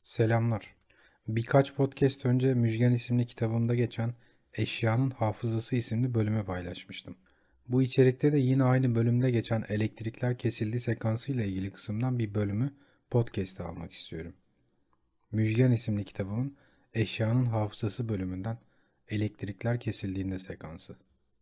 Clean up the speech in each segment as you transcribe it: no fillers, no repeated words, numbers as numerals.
Selamlar. Birkaç podcast önce Müjgan isimli kitabımda geçen Eşyanın Hafızası isimli bölümü paylaşmıştım. Bu içerikte de yine aynı bölümde geçen elektrikler kesildi sekansıyla ilgili kısımdan bir bölümü podcast'e almak istiyorum. Müjgan isimli kitabımın Eşyanın Hafızası bölümünden elektrikler kesildiğinde sekansı.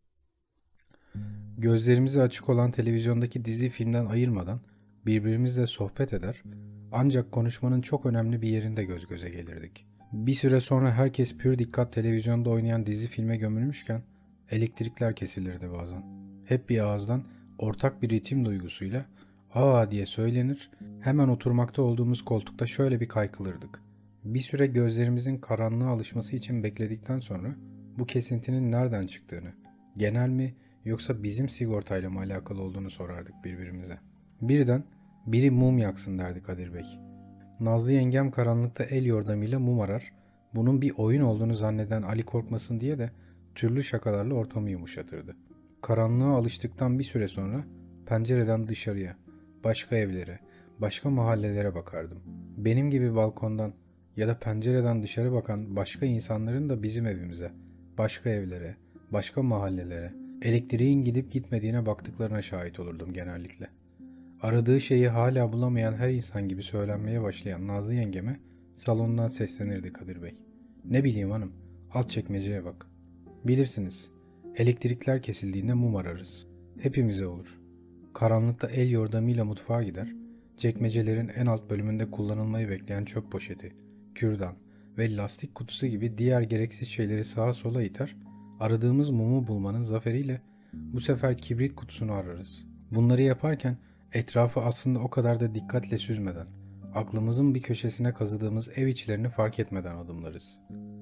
Gözlerimizi açık olan televizyondaki dizi filmden ayırmadan birbirimizle sohbet eder, ancak konuşmanın çok önemli bir yerinde göz göze gelirdik. Bir süre sonra herkes pür dikkat televizyonda oynayan dizi filme gömülmüşken elektrikler kesilirdi bazen. Hep bir ağızdan ortak bir ritim duygusuyla "aa" diye söylenir, hemen oturmakta olduğumuz koltukta şöyle bir kaykılırdık. Bir süre gözlerimizin karanlığa alışması için bekledikten sonra bu kesintinin nereden çıktığını, genel mi yoksa bizim sigortayla mı alakalı olduğunu sorardık birbirimize. Birden biri mum yaksın derdi Kadir Bey. Nazlı yengem karanlıkta el yordamıyla mum arar. Bunun bir oyun olduğunu zanneden Ali korkmasın diye de türlü şakalarla ortamı yumuşatırdı. Karanlığa alıştıktan bir süre sonra pencereden dışarıya, başka evlere, başka mahallelere bakardım. Benim gibi balkondan ya da pencereden dışarı bakan başka insanların da bizim evimize, başka evlere, başka mahallelere, elektriğin gidip gitmediğine baktıklarına şahit olurdum genellikle. Aradığı şeyi hala bulamayan her insan gibi söylenmeye başlayan Nazlı yengeme salondan seslenirdi Kadir Bey. Ne bileyim hanım, alt çekmeceye bak. Bilirsiniz, elektrikler kesildiğinde mum ararız. Hepimize olur. Karanlıkta el yordamıyla mutfağa gider, çekmecelerin en alt bölümünde kullanılmayı bekleyen çöp poşeti, kürdan ve lastik kutusu gibi diğer gereksiz şeyleri sağa sola iter, aradığımız mumu bulmanın zaferiyle bu sefer kibrit kutusunu ararız. Bunları yaparken etrafı aslında o kadar da dikkatle süzmeden, aklımızın bir köşesine kazıdığımız ev içlerini fark etmeden adımlarız.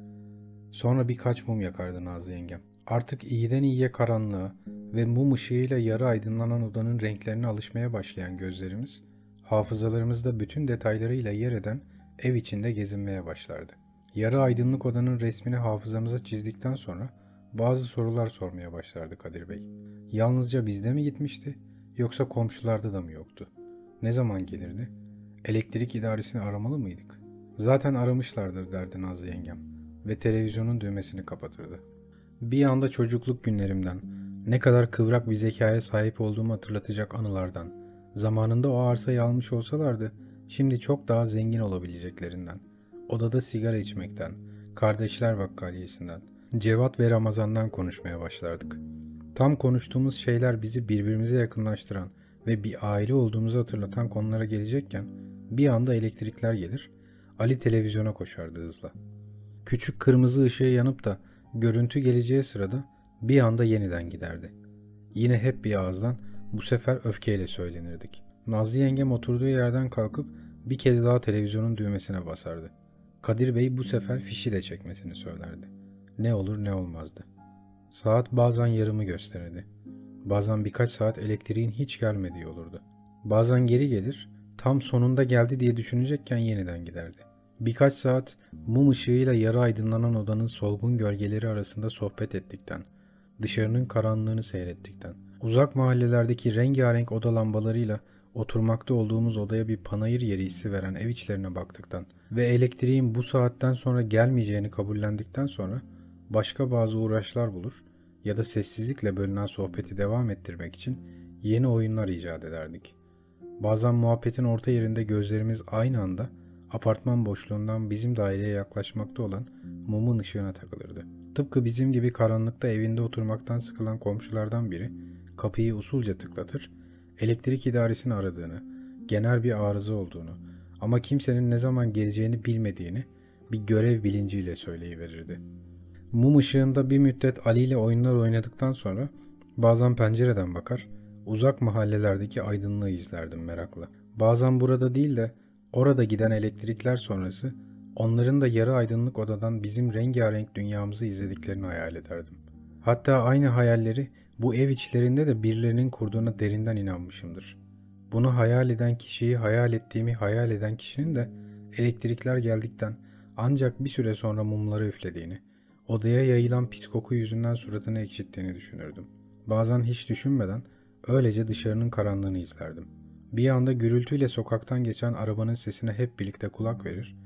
Sonra birkaç mum yakardı Nazlı yengem. Artık iyiden iyiye karanlığa ve mum ışığıyla yarı aydınlanan odanın renklerine alışmaya başlayan gözlerimiz, hafızalarımızda bütün detaylarıyla yer eden ev içinde gezinmeye başlardı. Yarı aydınlık odanın resmini hafızamıza çizdikten sonra bazı sorular sormaya başlardı Kadir Bey. Yalnızca bizde mi gitmişti, yoksa komşularda da mı yoktu? Ne zaman gelirdi? Elektrik idaresini aramalı mıydık? Zaten aramışlardır derdi Nazlı yengem ve televizyonun düğmesini kapatırdı. Bir anda çocukluk günlerimden, ne kadar kıvrak bir zekaya sahip olduğumu hatırlatacak anılardan, zamanında o arsayı almış olsalardı, şimdi çok daha zengin olabileceklerinden, odada sigara içmekten, kardeşler vakkaliyesinden, Cevat ve Ramazan'dan konuşmaya başlardık. Tam konuştuğumuz şeyler bizi birbirimize yakınlaştıran ve bir aile olduğumuzu hatırlatan konulara gelecekken bir anda elektrikler gelir, Ali televizyona koşardı hızla. Küçük kırmızı ışığı yanıp da görüntü geleceği sırada bir anda yeniden giderdi. Yine hep bir ağızdan, bu sefer öfkeyle söylenirdik. Nazlı yengem oturduğu yerden kalkıp bir kez daha televizyonun düğmesine basardı. Kadir Bey bu sefer fişi de çekmesini söylerdi. Ne olur ne olmazdı. Saat bazen yarımı gösterirdi. Bazen birkaç saat elektriğin hiç gelmediği olurdu. Bazen geri gelir, tam sonunda geldi diye düşünecekken yeniden giderdi. Birkaç saat mum ışığıyla yarı aydınlanan odanın solgun gölgeleri arasında sohbet ettikten, dışarının karanlığını seyrettikten, uzak mahallelerdeki rengarenk oda lambalarıyla oturmakta olduğumuz odaya bir panayır yeri hissi veren ev içlerine baktıktan ve elektriğin bu saatten sonra gelmeyeceğini kabullendikten sonra başka bazı uğraşlar bulur ya da sessizlikle bölünen sohbeti devam ettirmek için yeni oyunlar icat ederdik. Bazen muhabbetin orta yerinde gözlerimiz aynı anda apartman boşluğundan bizim daireye yaklaşmakta olan mumun ışığına takılırdı. Tıpkı bizim gibi karanlıkta evinde oturmaktan sıkılan komşulardan biri kapıyı usulca tıklatır, elektrik idaresini aradığını, genel bir arıza olduğunu ama kimsenin ne zaman geleceğini bilmediğini bir görev bilinciyle söyleyiverirdi. Mum ışığında bir müddet Ali ile oyunlar oynadıktan sonra bazen pencereden bakar, uzak mahallelerdeki aydınlığı izlerdim merakla. Bazen burada değil de orada giden elektrikler sonrası onların da yarı aydınlık odadan bizim rengarenk dünyamızı izlediklerini hayal ederdim. Hatta aynı hayalleri bu ev içlerinde de birilerinin kurduğuna derinden inanmışımdır. Bunu hayal eden kişiyi hayal ettiğimi hayal eden kişinin de elektrikler geldikten ancak bir süre sonra mumları üflediğini, odaya yayılan pis koku yüzünden suratını ekşittiğini düşünürdüm. Bazen hiç düşünmeden öylece dışarının karanlığını izlerdim. Bir anda gürültüyle sokaktan geçen arabanın sesine hep birlikte kulak verir,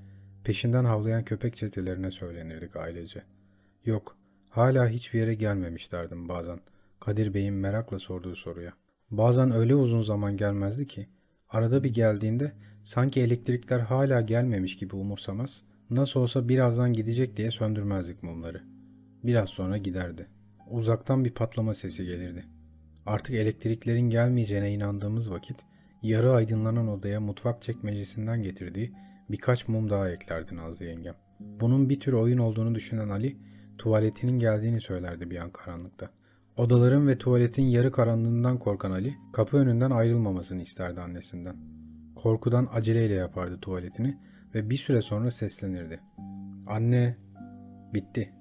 peşinden havlayan köpek çetelerine söylenirdik ailece. Yok, hala hiçbir yere gelmemiş derdim bazen Kadir Bey'in merakla sorduğu soruya. Bazen öyle uzun zaman gelmezdi ki, arada bir geldiğinde sanki elektrikler hala gelmemiş gibi umursamaz, nasıl olsa birazdan gidecek diye söndürmezdik mumları. Biraz sonra giderdi. Uzaktan bir patlama sesi gelirdi. Artık elektriklerin gelmeyeceğine inandığımız vakit, yarı aydınlanan odaya mutfak çekmecesinden getirdiği birkaç mum daha eklerdi Nazlı yengem. Bunun bir tür oyun olduğunu düşünen Ali, tuvaletinin geldiğini söylerdi bir an karanlıkta. Odaların ve tuvaletin yarı karanlığından korkan Ali, kapı önünden ayrılmamasını isterdi annesinden. Korkudan aceleyle yapardı tuvaletini ve bir süre sonra seslenirdi. Anne, bitti.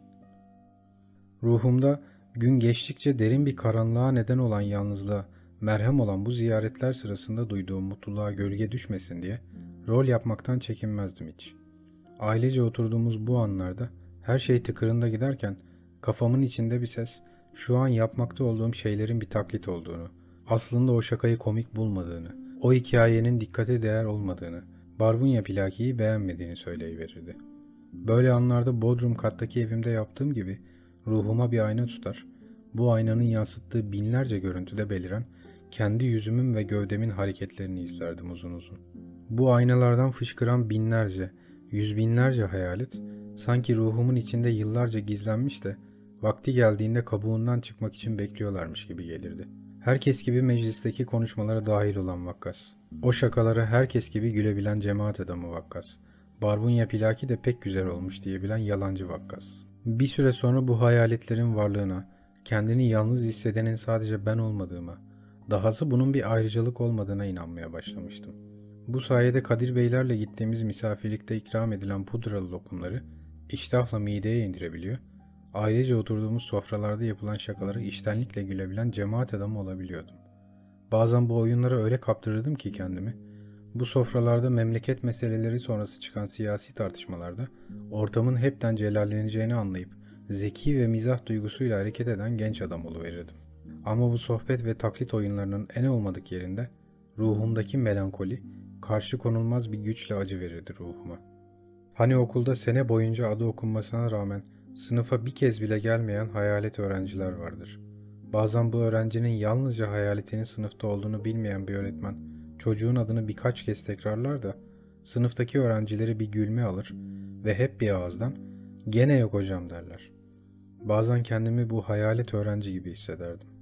Ruhumda gün geçtikçe derin bir karanlığa neden olan yalnızlığa, merhem olan bu ziyaretler sırasında duyduğum mutluluğa gölge düşmesin diye rol yapmaktan çekinmezdim hiç. Ailece oturduğumuz bu anlarda her şey tıkırında giderken kafamın içinde bir ses şu an yapmakta olduğum şeylerin bir taklit olduğunu, aslında o şakayı komik bulmadığını, o hikayenin dikkate değer olmadığını, Barbunya Plaki'yi beğenmediğini söyleyiverirdi. Böyle anlarda Bodrum kattaki evimde yaptığım gibi ruhuma bir ayna tutar, bu aynanın yansıttığı binlerce görüntüde beliren kendi yüzümün ve gövdemin hareketlerini izlerdim uzun uzun. Bu aynalardan fışkıran binlerce, yüz binlerce hayalet sanki ruhumun içinde yıllarca gizlenmiş de vakti geldiğinde kabuğundan çıkmak için bekliyorlarmış gibi gelirdi. Herkes gibi meclisteki konuşmalara dahil olan Vakkas. O şakalara herkes gibi gülebilen cemaat adamı Vakkas. Barbunya Plaki de pek güzel olmuş diyebilen yalancı Vakkas. Bir süre sonra bu hayaletlerin varlığına, kendini yalnız hissedenin sadece ben olmadığıma, dahası bunun bir ayrıcalık olmadığına inanmaya başlamıştım. Bu sayede Kadir Beylerle gittiğimiz misafirlikte ikram edilen pudralı lokumları iştahla mideye indirebiliyor, ailece oturduğumuz sofralarda yapılan şakaları içtenlikle gülebilen cemaat adamı olabiliyordum. Bazen bu oyunlara öyle kaptırırdım ki kendimi, bu sofralarda memleket meseleleri sonrası çıkan siyasi tartışmalarda ortamın hepten celalleneceğini anlayıp zeki ve mizah duygusuyla hareket eden genç adam oluverirdim. Ama bu sohbet ve taklit oyunlarının en olmadık yerinde ruhumdaki melankoli karşı konulmaz bir güçle acı verirdi ruhuma. Hani okulda sene boyunca adı okunmasına rağmen sınıfa bir kez bile gelmeyen hayalet öğrenciler vardır. Bazen bu öğrencinin yalnızca hayaletinin sınıfta olduğunu bilmeyen bir öğretmen çocuğun adını birkaç kez tekrarlar da sınıftaki öğrencileri bir gülme alır ve hep bir ağızdan "Gene yok hocam" derler. Bazen kendimi bu hayalet öğrenci gibi hissederdim.